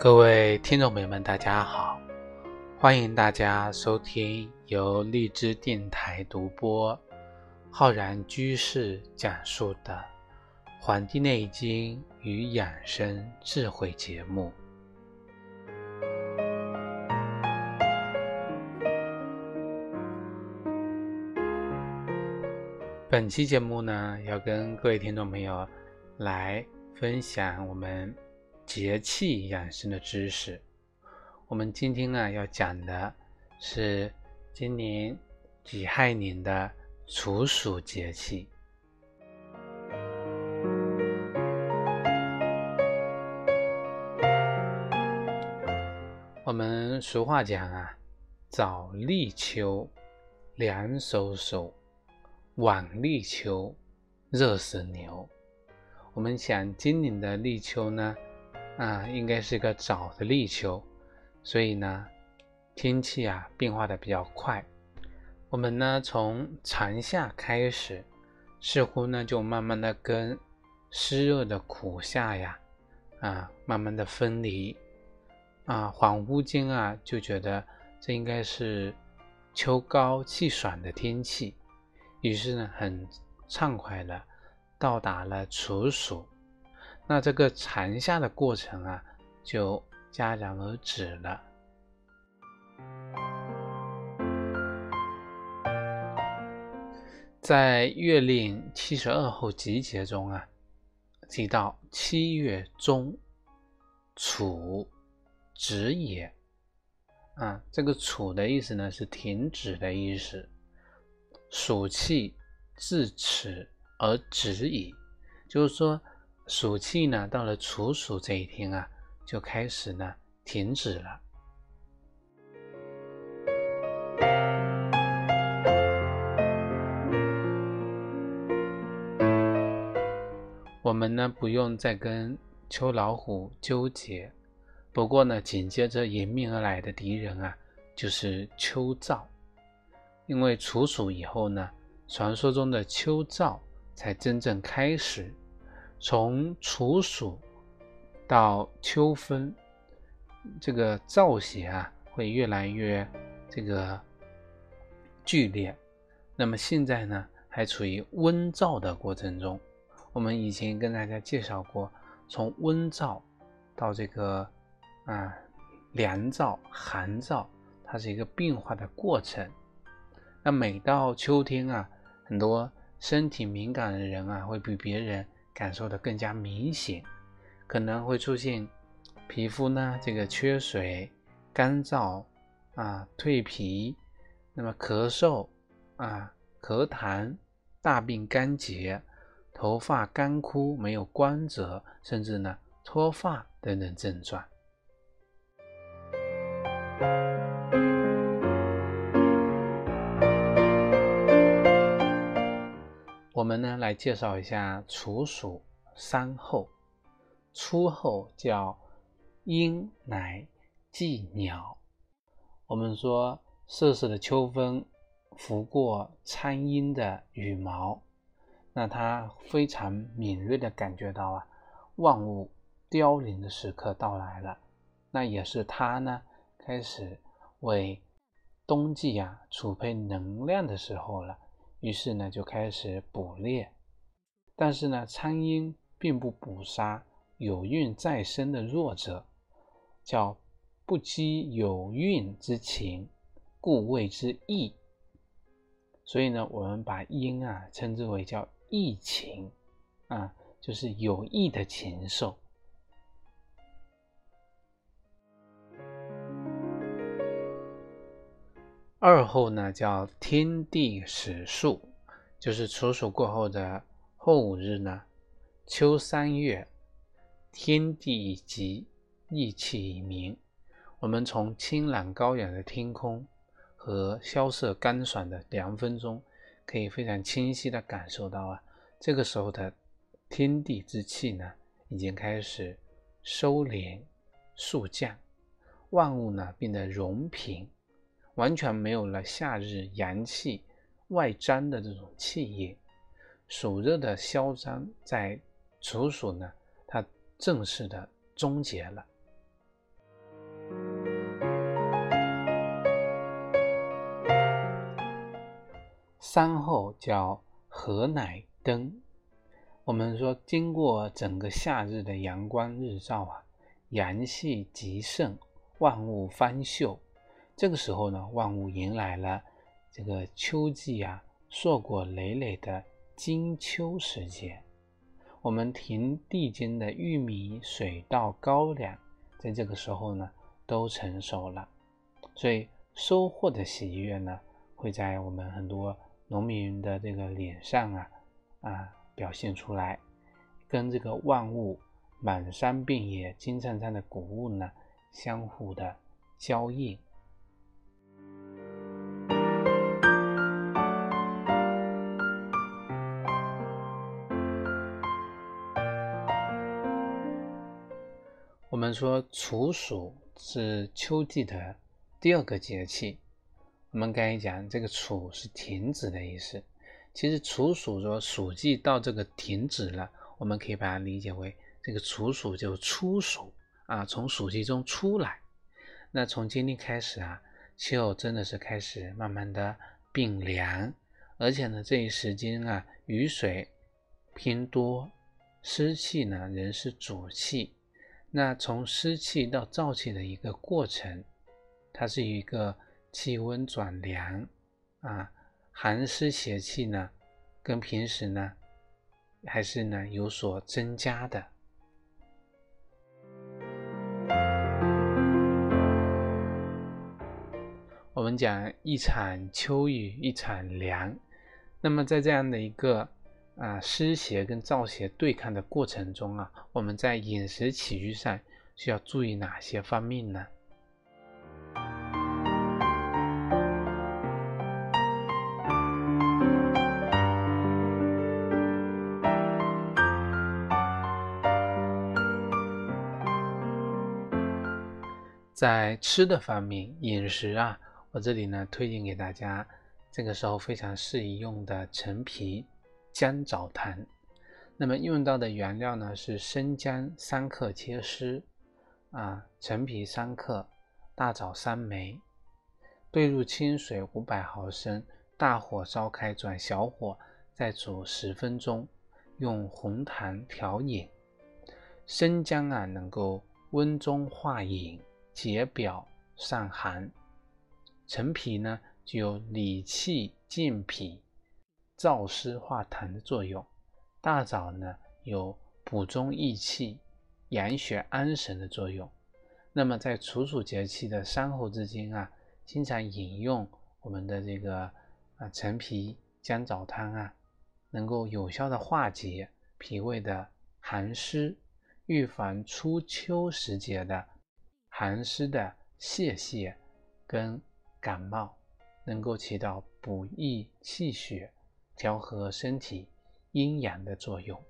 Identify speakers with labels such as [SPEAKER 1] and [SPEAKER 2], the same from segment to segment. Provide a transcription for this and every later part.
[SPEAKER 1] 各位听众朋友们，大家好，欢迎大家收听由荔枝电台独播、浩然居士讲述的《黄帝内经与养生智慧》节目。本期节目呢，要跟各位听众朋友来分享我们节气养生的知识。我们今天呢要讲的是今年己亥年的处暑节气。我们俗话讲啊，早立秋，凉飕飕，晚立秋，热死牛。我们想今年的立秋呢，应该是个早的立秋，所以呢，天气变化的比较快。我们呢从长夏开始，似乎呢就慢慢的跟湿热的苦夏慢慢的分离恍惚间就觉得这应该是秋高气爽的天气，于是呢很畅快的到达了处暑。那这个长夏的过程就戛然而止了。在月令72候集节中提到7月中，处止也。这个处的意思呢是停止的意思，暑气至此而止矣，就是说暑气呢到了处暑这一天就开始呢停止了。我们呢不用再跟秋老虎纠结，不过呢紧接着迎面而来的敌人就是秋燥。因为处暑以后呢，传说中的秋燥才真正开始。从处暑到秋分，这个燥邪会越来越剧烈。那么现在呢还处于温燥的过程中。我们以前跟大家介绍过，从温燥到凉燥、寒燥，它是一个变化的过程。那每到秋天很多身体敏感的人会比别人感受的更加明显，可能会出现皮肤呢缺水、干燥蜕皮，那么咳嗽咳痰、大便干结、头发干枯没有光泽，甚至呢脱发等等症状。我们呢来介绍一下处暑3候。初候叫鹰乃祭鸟。我们说瑟瑟的秋风拂过苍鹰的羽毛，那它非常敏锐地感觉到万物凋零的时刻到来了。那也是它呢开始为冬季储备能量的时候了，于是呢就开始捕猎。但是呢苍鹰并不捕杀有孕在身的弱者，叫不积有孕之情，故谓之益。所以呢我们把鹰称之为叫益禽就是有益的禽兽。2候呢叫天地始肃，就是处暑过后的后5日呢，秋3月，天地已极，意气已明。我们从清朗高远的天空和萧瑟干爽的凉风中，可以非常清晰地感受到这个时候的天地之气呢已经开始收敛肃降，万物呢变得融平，完全没有了夏日阳气外张的这种气焰。暑热的嚣张在处暑呢它正式的终结了。 3候叫和乃登。我们说经过整个夏日的阳光日照啊，阳气极盛，万物翻秀。这个时候呢，万物迎来了这个秋季啊，硕果累累的金秋时节。我们田地间的玉米、水稻、高粱，在这个时候呢，都成熟了。所以收获的喜悦呢，会在我们很多农民的这个脸上表现出来，跟这个万物满山遍野金灿灿的谷物呢，相互的交映。我们说处暑是秋季的第2个节气。我们刚才讲这个处是停止的意思，其实处暑说暑季到这个停止了，我们可以把它理解为这个处暑就出暑啊，从暑气中出来。那从今天开始啊，气候真的是开始慢慢的变凉，而且呢这一时间啊，雨水偏多，湿气呢仍是主气。那从湿气到燥气的一个过程，它是一个气温转凉寒湿邪气呢跟平时呢还是呢有所增加的。我们讲一场秋雨一场凉，那么在这样的一个湿邪跟燥邪对抗的过程中啊，我们在饮食起居上需要注意哪些方面呢？在吃的方面，饮食啊，我这里呢推荐给大家这个时候非常适宜用的陈皮姜枣汤。那么用到的原料呢是生姜3克切丝陈皮3克，大枣3枚，兑入清水500毫升，大火烧开转小火，再煮10分钟，用红糖调饮。生姜能够温中化饮，解表散寒。陈皮呢具有理气健脾、燥湿化痰的作用。大枣呢有补中益气、养血安神的作用。那么在处暑节气的3候之间经常饮用我们的这个陈皮姜枣汤能够有效的化解脾胃的寒湿，预防初秋时节的寒湿的泄泻跟感冒，能够起到补益气血、调和身体阴阳的作用。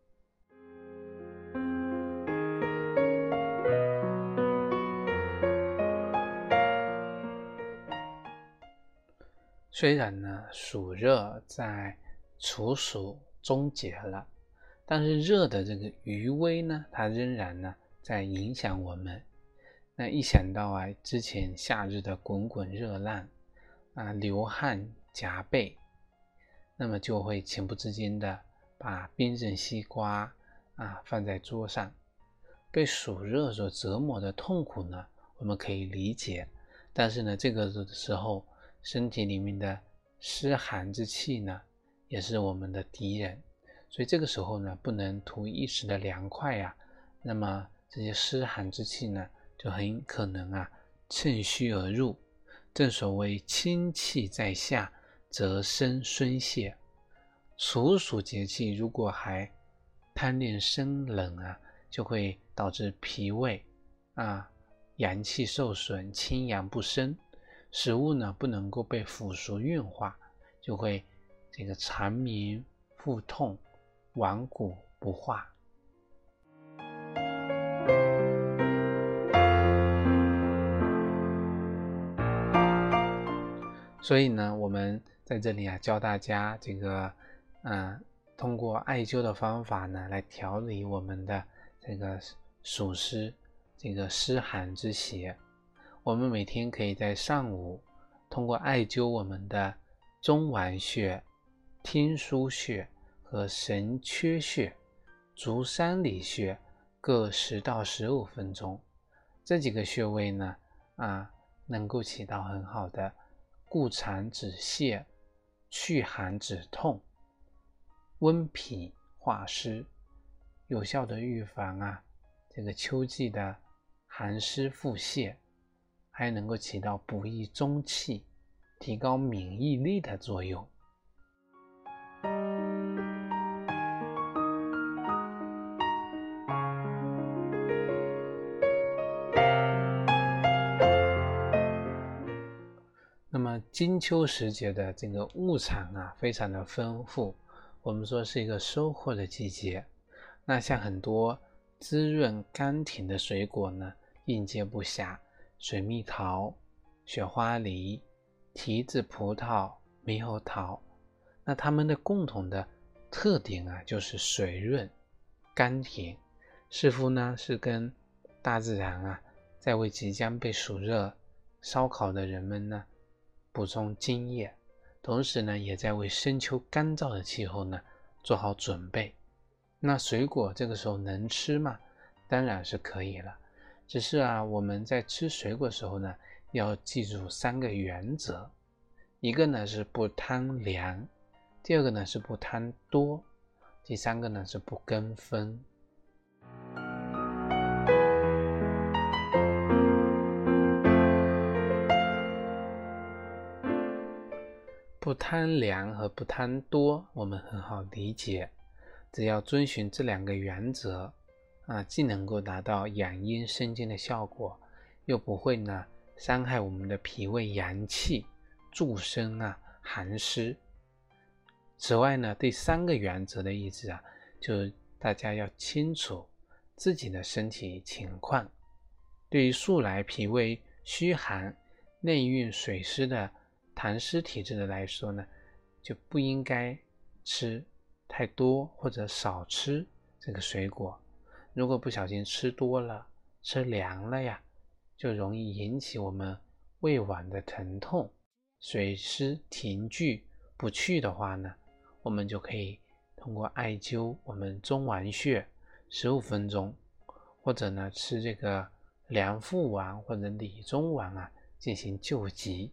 [SPEAKER 1] 虽然呢暑热在处暑终结了，但是热的这个余威呢，它仍然呢在影响我们。那一想到之前夏日的滚滚热浪流汗夹背，那么就会情不自禁的把冰镇西瓜放在桌上。被暑热所折磨的痛苦呢，我们可以理解，但是呢这个时候身体里面的湿寒之气呢也是我们的敌人，所以这个时候呢不能图一时的凉快那么这些湿寒之气呢就很可能趁虚而入。正所谓清气在下，则生孙泄。处暑节气如果还贪恋生冷就会导致脾胃阳气受损，清阳不升，食物呢不能够被腐熟运化，就会这个缠绵腹痛，顽固不化。所以呢我们在这里教大家这个通过艾灸的方法呢来调理我们的这个暑湿，这个湿寒之邪。我们每天可以在上午通过艾灸我们的中脘穴、天枢穴和神阙穴、足三里穴各10到15分钟。这几个穴位呢，能够起到很好的固痰止泻、祛寒止痛、温脾化湿，有效的预防这个秋季的寒湿腹泻，还能够起到补益中气、提高免疫力的作用。那么金秋时节的这个物产非常的丰富，我们说是一个收获的季节。那像很多滋润甘甜的水果呢，应接不暇，水蜜桃、雪花梨、提子、葡萄、猕猴桃，那它们的共同的特点就是水润甘甜，似乎呢是跟大自然在为即将被暑热烧烤的人们呢补充津液，同时呢也在为深秋干燥的气候呢做好准备。那水果这个时候能吃吗？当然是可以了，只是我们在吃水果的时候呢，要记住3个原则。一个呢是不贪凉，第二个呢是不贪多，第3个呢是不跟风。不贪凉和不贪多我们很好理解，只要遵循这2个原则既能够达到养阴生津的效果，又不会呢伤害我们的脾胃阳气，助生寒湿。此外呢，第3个原则的意思就是大家要清楚自己的身体情况。对于素来脾胃虚寒、内蕴水湿的痰湿体质的来说呢，就不应该吃太多或者少吃这个水果。如果不小心吃多了、吃凉了就容易引起我们胃脘的疼痛，水湿停聚不去的话呢，我们就可以通过艾灸我们中脘穴15分钟，或者呢吃这个凉附丸或者理中丸进行救急。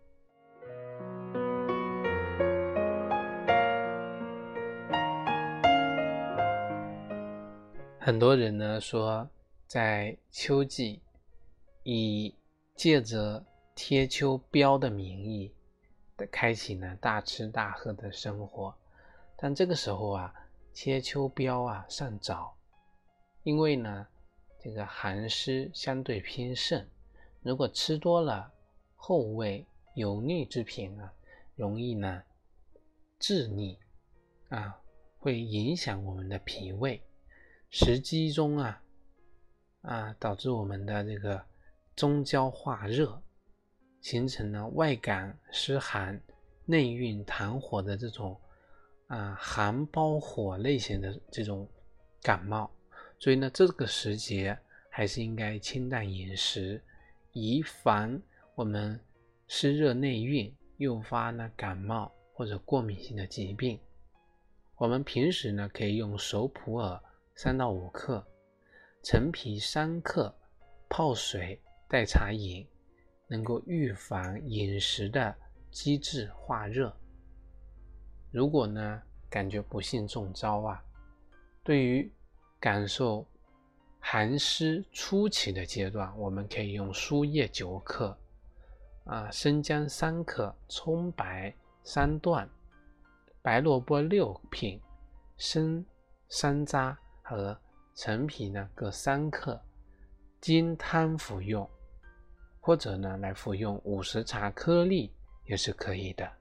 [SPEAKER 1] 很多人呢说，在秋季以借着贴秋膘的名义开启呢大吃大喝的生活，但这个时候贴秋膘尚早，因为呢这个寒湿相对偏盛，如果吃多了厚味油腻之品容易呢滞腻会影响我们的脾胃，食积中导致我们的这个中焦化热，形成了外感湿寒、内蕴痰火的这种寒包火类型的这种感冒。所以呢，这个时节还是应该清淡饮食，以防我们湿热内蕴诱发呢感冒或者过敏性的疾病。我们平时呢可以用熟普洱3到5克，陈皮3克，泡水代茶饮，能够预防饮食的积滞化热。如果呢感觉不幸中招对于感受寒湿初期的阶段，我们可以用输液9克，生姜3克，葱白3段，白萝卜6片，生山楂和陈皮呢各3克，经汤服用，或者呢来服用50茶颗粒也是可以的。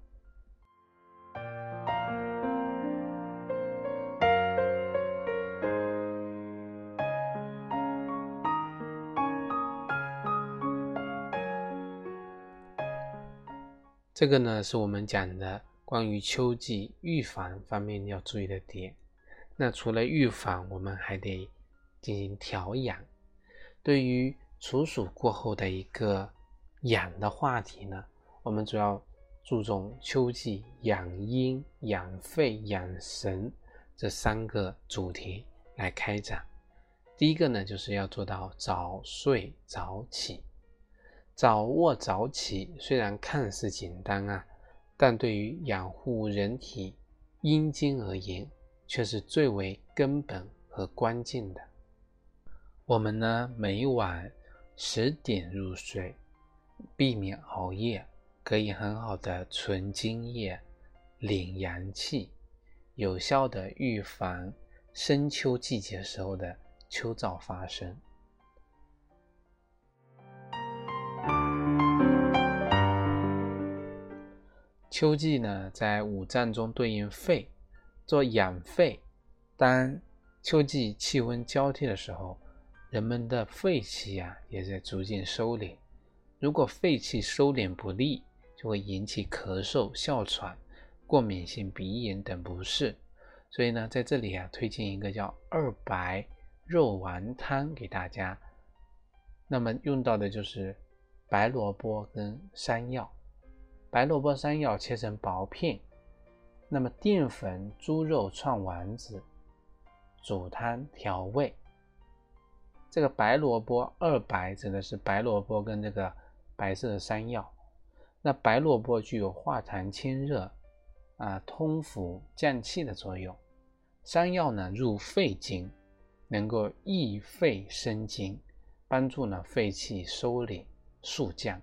[SPEAKER 1] 这个呢是我们讲的关于秋季预防方面要注意的点。那除了预防，我们还得进行调养。对于处暑过后的一个养的话题呢，我们主要注重秋季养阴、养肺、养神这3个主题来开展。第一个呢，就是要做到早睡早起。早卧早起虽然看似简单啊，但对于养护人体阴经而言，却是最为根本和关键的。我们呢，每晚10点入睡，避免熬夜，可以很好的存精液、领阳气，有效的预防深秋季节时候的秋燥发生。秋季呢，在五脏中对应肺，做养肺。当秋季气温交替的时候，人们的肺气也在逐渐收敛。如果肺气收敛不利，就会引起咳嗽、哮喘、过敏性鼻炎等不适。所以呢，在这里推荐一个叫2白肉丸汤给大家。那么用到的就是白萝卜跟山药。白萝卜、山药切成薄片，那么淀粉、猪肉串丸子，煮汤调味。这个白萝卜2白指的是白萝卜跟这个白色的山药。那白萝卜具有化痰清热、通腑降气的作用。山药呢入肺经，能够益肺生津，帮助呢肺气收敛肃降。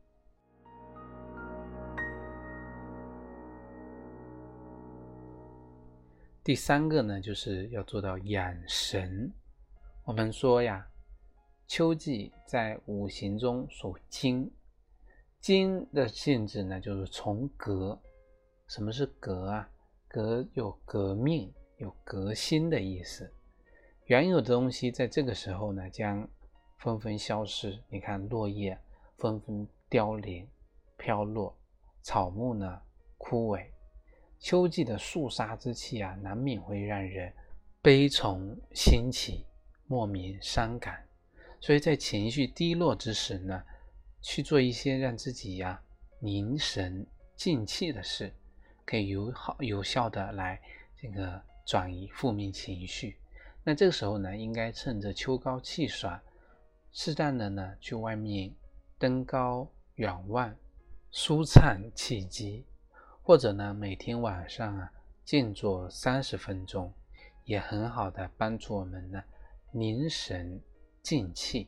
[SPEAKER 1] 第3个呢，就是要做到养神。我们说秋季在五行中属金，金的性质呢就是从革。什么是革革有革命、有革新的意思。原有的东西在这个时候呢将纷纷消失。你看落叶纷纷凋零飘落，草木呢枯萎。秋季的肃杀之气难免会让人悲从心起，莫名伤感。所以在情绪低落之时呢，去做一些让自己凝神静气的事，可以有效的来转移负面情绪。那这个时候呢，应该趁着秋高气爽，适当的呢去外面登高远望，舒畅气机。或者呢，每天晚上静坐30分钟，也很好的帮助我们呢凝神静气。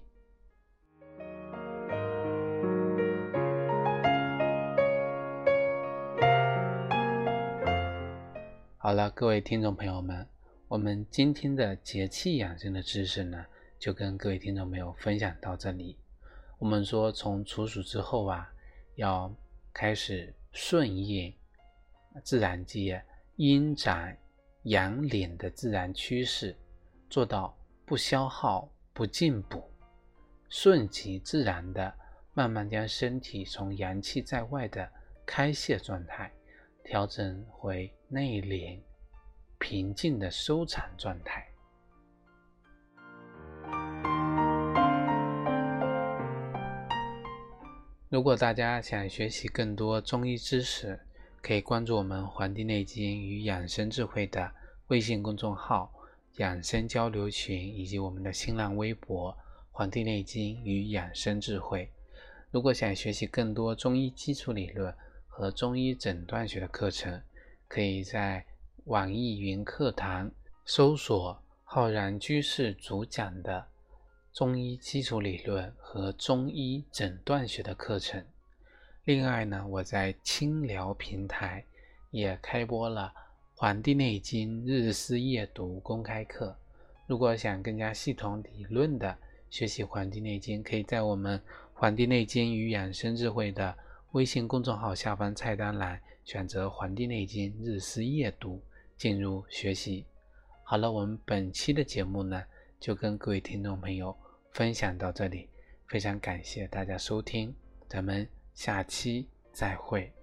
[SPEAKER 1] 好了，各位听众朋友们，我们今天的节气养生的知识呢，就跟各位听众朋友分享到这里。我们说从处暑之后要开始顺应自然界阴长阳敛的自然趋势，做到不消耗、不进补，顺其自然的慢慢将身体从阳气在外的开泄状态调整回内敛平静的收藏状态。如果大家想学习更多中医知识，可以关注我们《黄帝内经与养生智慧》的微信公众号、养生交流群，以及我们的新浪微博《黄帝内经与养生智慧》。如果想学习更多中医基础理论和中医诊断学的课程，可以在网易云课堂搜索浩然居士主讲的中医基础理论和中医诊断学的课程。另外呢，我在清聊平台也开播了《黄帝内经日思夜读》公开课。如果想更加系统理论的学习《黄帝内经》，可以在我们《黄帝内经与养生智慧》的微信公众号下方菜单栏选择《黄帝内经日思夜读》进入学习。好了，我们本期的节目呢，就跟各位听众朋友分享到这里，非常感谢大家收听，咱们下期再会。